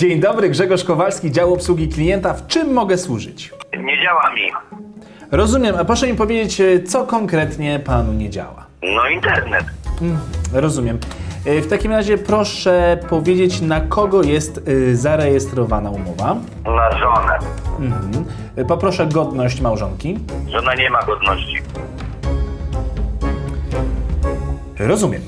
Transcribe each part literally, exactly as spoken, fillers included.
Dzień dobry, Grzegorz Kowalski, dział obsługi klienta. W czym mogę służyć? Nie działa mi. Rozumiem, a proszę mi powiedzieć, co konkretnie panu nie działa? No internet. Hmm, rozumiem. W takim razie proszę powiedzieć, na kogo jest y, zarejestrowana umowa? Na żonę. Mhm. Poproszę godność małżonki. Żona nie ma godności. Rozumiem.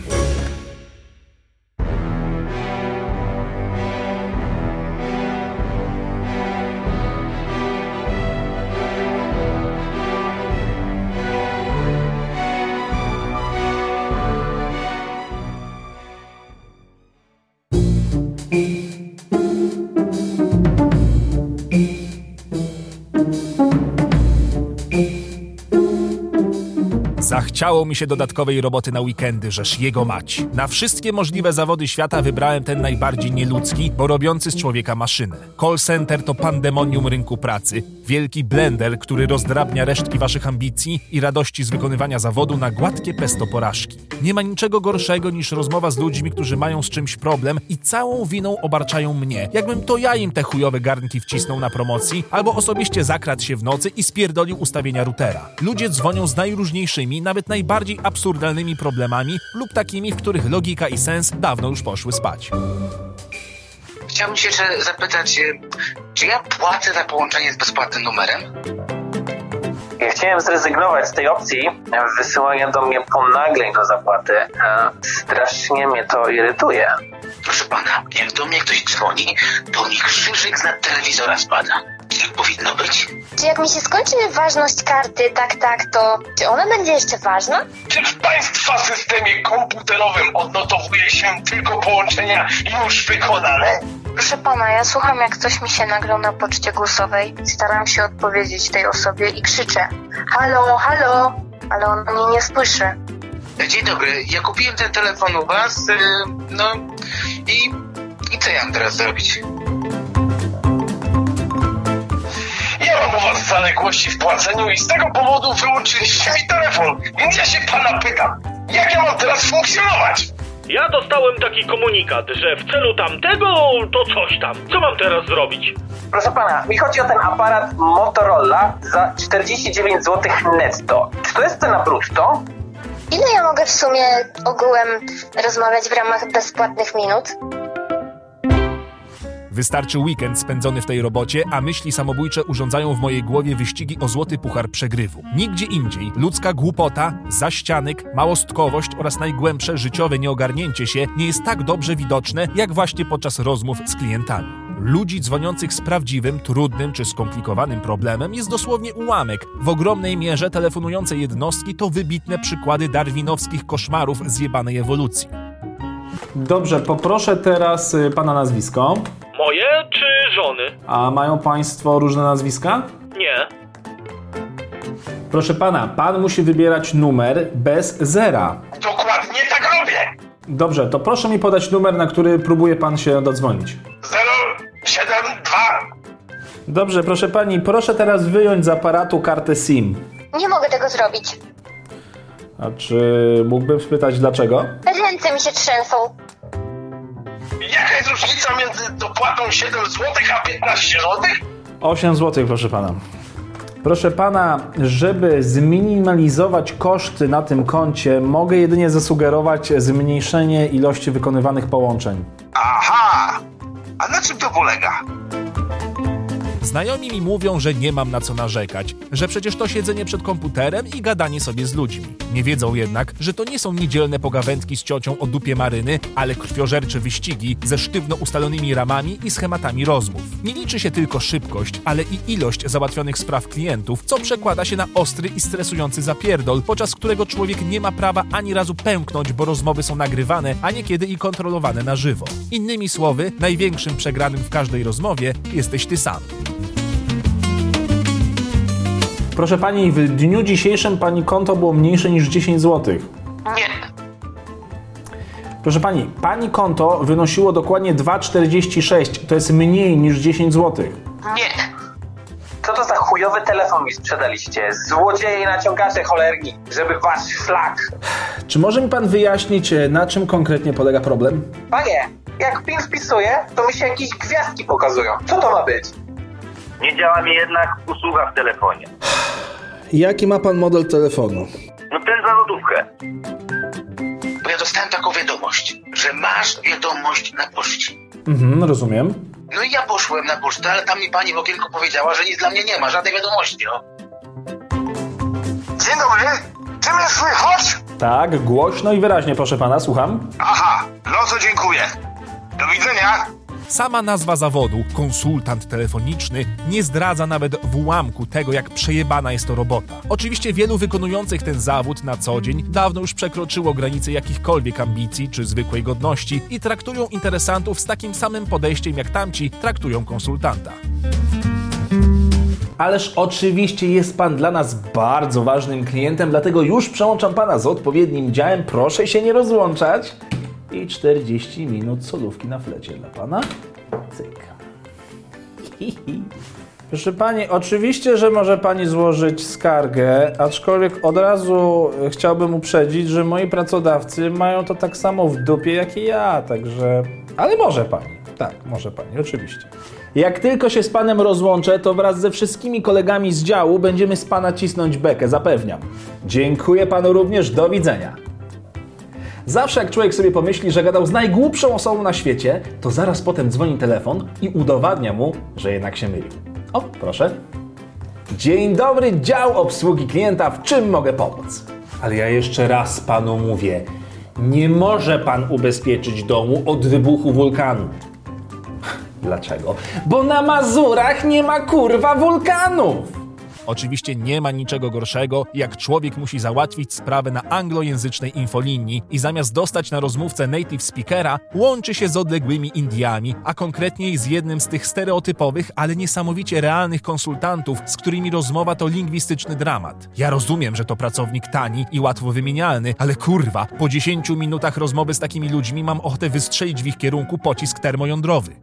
Zachciało mi się dodatkowej roboty na weekendy, żeż jego mać. Na wszystkie możliwe zawody świata wybrałem ten najbardziej nieludzki, bo robiący z człowieka maszynę. Call center to pandemonium rynku pracy. Wielki blender, który rozdrabnia resztki waszych ambicji i radości z wykonywania zawodu na gładkie pesto porażki. Nie ma niczego gorszego niż rozmowa z ludźmi, którzy mają z czymś problem i całą winą obarczają mnie. Jakbym to ja im te chujowe garnki wcisnął na promocji, albo osobiście zakradł się w nocy i spierdolił ustawienia routera. Ludzie dzwonią z najróżniejszymi, nawet najbardziej absurdalnymi problemami lub takimi, w których logika i sens dawno już poszły spać. Chciałbym się jeszcze zapytać, czy ja płacę za połączenie z bezpłatnym numerem? Ja chciałem zrezygnować z tej opcji wysyłania do mnie ponagleń do zapłaty. Strasznie mnie to irytuje. Proszę pana, jak do mnie ktoś dzwoni, to mi krzyżyk z nad telewizora spada. Tak powinno być? Czy jak mi się skończy ważność karty, tak, tak, to czy ona będzie jeszcze ważna? Czy w państwa systemie komputerowym odnotowuje się tylko połączenia już wykonane? Proszę pana, ja słucham, jak ktoś mi się nagrał na poczcie głosowej. Staram się odpowiedzieć tej osobie i krzyczę: halo, halo, ale on mnie nie słyszy. Dzień dobry, ja kupiłem ten telefon u was, yy, no i, i co ja mam teraz zrobić? Ja mam u was zaległości w płaceniu i z tego powodu wyłączyliście mi telefon, więc ja się pana pytam, jak ja mam teraz funkcjonować? Ja dostałem taki komunikat, że w celu tamtego to coś tam. Co mam teraz zrobić? Proszę pana, mi chodzi o ten aparat Motorola za czterdzieści dziewięć złotych netto. Czy to jest cena brutto? Ile ja mogę w sumie ogółem rozmawiać w ramach bezpłatnych minut? Wystarczy weekend spędzony w tej robocie, a myśli samobójcze urządzają w mojej głowie wyścigi o złoty puchar przegrywu. Nigdzie indziej ludzka głupota, zaścianek, małostkowość oraz najgłębsze życiowe nieogarnięcie się nie jest tak dobrze widoczne, jak właśnie podczas rozmów z klientami. Ludzi dzwoniących z prawdziwym, trudnym czy skomplikowanym problemem jest dosłownie ułamek. W ogromnej mierze telefonujące jednostki to wybitne przykłady darwinowskich koszmarów zjebanej ewolucji. Dobrze, poproszę teraz y, pana nazwisko. Moje czy żony? A mają państwo różne nazwiska? Nie. Proszę pana, pan musi wybierać numer bez zera. Dokładnie tak robię. Dobrze, to proszę mi podać numer, na który próbuje pan się dodzwonić. zero siedem dwa. Dobrze, proszę pani, proszę teraz wyjąć z aparatu kartę SIM. Nie mogę tego zrobić. A czy mógłbym spytać dlaczego? Ręce mi się trzęsą. Jaka jest różnica między dopłatą siedem złotych a piętnaście złotych? osiem złotych, proszę pana. Proszę pana, żeby zminimalizować koszty na tym koncie, mogę jedynie zasugerować zmniejszenie ilości wykonywanych połączeń. Aha! A na czym to polega? Znajomi mi mówią, że nie mam na co narzekać, że przecież to siedzenie przed komputerem i gadanie sobie z ludźmi. Nie wiedzą jednak, że to nie są niedzielne pogawędki z ciocią o dupie maryny, ale krwiożercze wyścigi ze sztywno ustalonymi ramami i schematami rozmów. Nie liczy się tylko szybkość, ale i ilość załatwionych spraw klientów, co przekłada się na ostry i stresujący zapierdol, podczas którego człowiek nie ma prawa ani razu pęknąć, bo rozmowy są nagrywane, a niekiedy i kontrolowane na żywo. Innymi słowy, największym przegranym w każdej rozmowie jesteś ty sam. Proszę pani, w dniu dzisiejszym pani konto było mniejsze niż dziesięć złotych. Nie. Proszę pani, pani konto wynosiło dokładnie dwa czterdzieści sześć. To jest mniej niż dziesięć złotych. Nie. Co to za chujowy telefon mi sprzedaliście? Złodzieje i naciągacze cholerni, żeby wasz szlak. Czy może mi pan wyjaśnić, na czym konkretnie polega problem? Panie, jak PIN wpisuję, to mi się jakieś gwiazdki pokazują. Co to ma być? Nie działa mi jednak usługa w telefonie. Jaki ma pan model telefonu? No ten za lodówkę. Bo ja dostałem taką wiadomość, że masz wiadomość na poczcie. Mhm, rozumiem. No i ja poszłem na pocztę, ale tam mi pani w okienku powiedziała, że nic dla mnie nie ma, żadnej wiadomości, no. Dzień dobry, czy mnie słychać? Tak, głośno i wyraźnie, proszę pana, słucham. Aha, no to dziękuję. Do widzenia. Sama nazwa zawodu, konsultant telefoniczny, nie zdradza nawet w ułamku tego, jak przejebana jest to robota. Oczywiście wielu wykonujących ten zawód na co dzień dawno już przekroczyło granice jakichkolwiek ambicji czy zwykłej godności i traktują interesantów z takim samym podejściem, jak tamci traktują konsultanta. Ależ oczywiście jest pan dla nas bardzo ważnym klientem, dlatego już przełączam pana z odpowiednim działem. Proszę się nie rozłączać. I czterdzieści minut solówki na flecie dla pana. Cyk. Proszę pani, oczywiście, że może pani złożyć skargę, aczkolwiek od razu chciałbym uprzedzić, że moi pracodawcy mają to tak samo w dupie jak i ja, także... Ale może pani. Tak, może pani, oczywiście. Jak tylko się z panem rozłączę, to wraz ze wszystkimi kolegami z działu będziemy z pana cisnąć bekę, zapewniam. Dziękuję panu również, do widzenia. Zawsze jak człowiek sobie pomyśli, że gadał z najgłupszą osobą na świecie, to zaraz potem dzwoni telefon i udowadnia mu, że jednak się mylił. O, proszę. Dzień dobry, dział obsługi klienta, w czym mogę pomóc? Ale ja jeszcze raz panu mówię, nie może pan ubezpieczyć domu od wybuchu wulkanu. Dlaczego? Bo na Mazurach nie ma kurwa wulkanów! Oczywiście nie ma niczego gorszego, jak człowiek musi załatwić sprawę na anglojęzycznej infolinii i zamiast dostać na rozmówcę native speakera, łączy się z odległymi Indiami, a konkretniej z jednym z tych stereotypowych, ale niesamowicie realnych konsultantów, z którymi rozmowa to lingwistyczny dramat. Ja rozumiem, że to pracownik tani i łatwo wymienialny, ale kurwa, po dziesięciu minutach rozmowy z takimi ludźmi mam ochotę wystrzelić w ich kierunku pocisk termojądrowy.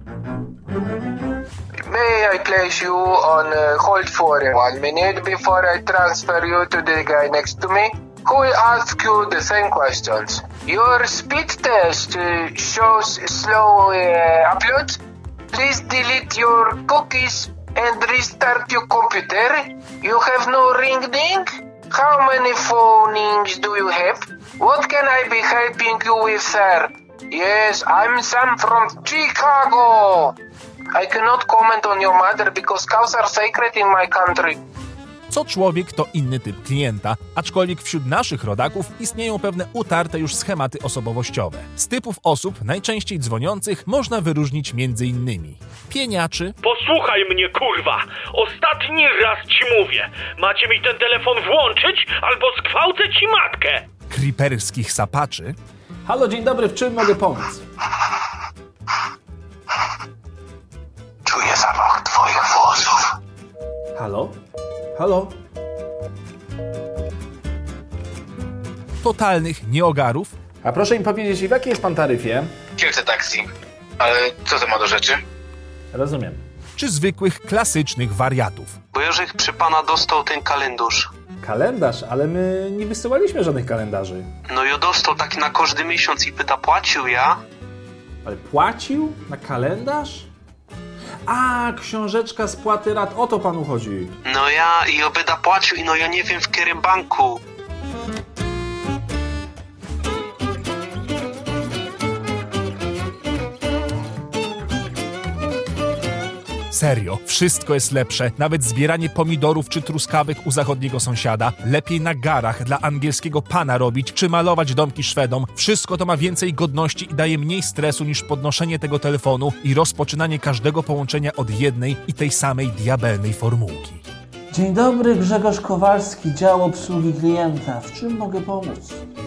May I place you on uh, hold for one minute before I transfer you to the guy next to me, who will ask you the same questions. Your speed test uh, shows slow uh, upload. Please delete your cookies and restart your computer. You have no ring ding? How many phonings do you have? What can I be helping you with, sir? Yes, I'm Sam from Chicago. I cannot comment on your matter because cows are sacred in my country. Co człowiek to inny typ klienta, aczkolwiek wśród naszych rodaków istnieją pewne utarte już schematy osobowościowe. Z typów osób najczęściej dzwoniących można wyróżnić między innymi pieniaczy. Posłuchaj mnie, kurwa! Ostatni raz ci mówię! Macie mi ten telefon włączyć, albo zgwałcę ci matkę! Creeperskich sapaczy. Halo, dzień dobry, w czym mogę pomóc? Czuję zapach twoich włosów. Halo? Halo? Totalnych nieogarów. A proszę mi powiedzieć, w jakiej jest pan taryfie? Kielce taksi. Ale co to ma do rzeczy? Rozumiem. Czy zwykłych, klasycznych wariatów. Bo Jerzych przy pana dostał ten kalendarz. Kalendarz? Ale my nie wysyłaliśmy żadnych kalendarzy. No i dostał taki na każdy miesiąc i pyta, płacił ja? Ale płacił? Na kalendarz? A, książeczka spłaty rat, o to panu chodzi. No ja i obyda płacił i no ja nie wiem w którym banku. Serio, wszystko jest lepsze, nawet zbieranie pomidorów czy truskawek u zachodniego sąsiada, lepiej na garach dla angielskiego pana robić, czy malować domki Szwedom, wszystko to ma więcej godności i daje mniej stresu niż podnoszenie tego telefonu i rozpoczynanie każdego połączenia od jednej i tej samej diabelnej formułki. Dzień dobry, Grzegorz Kowalski, dział obsługi klienta. W czym mogę pomóc?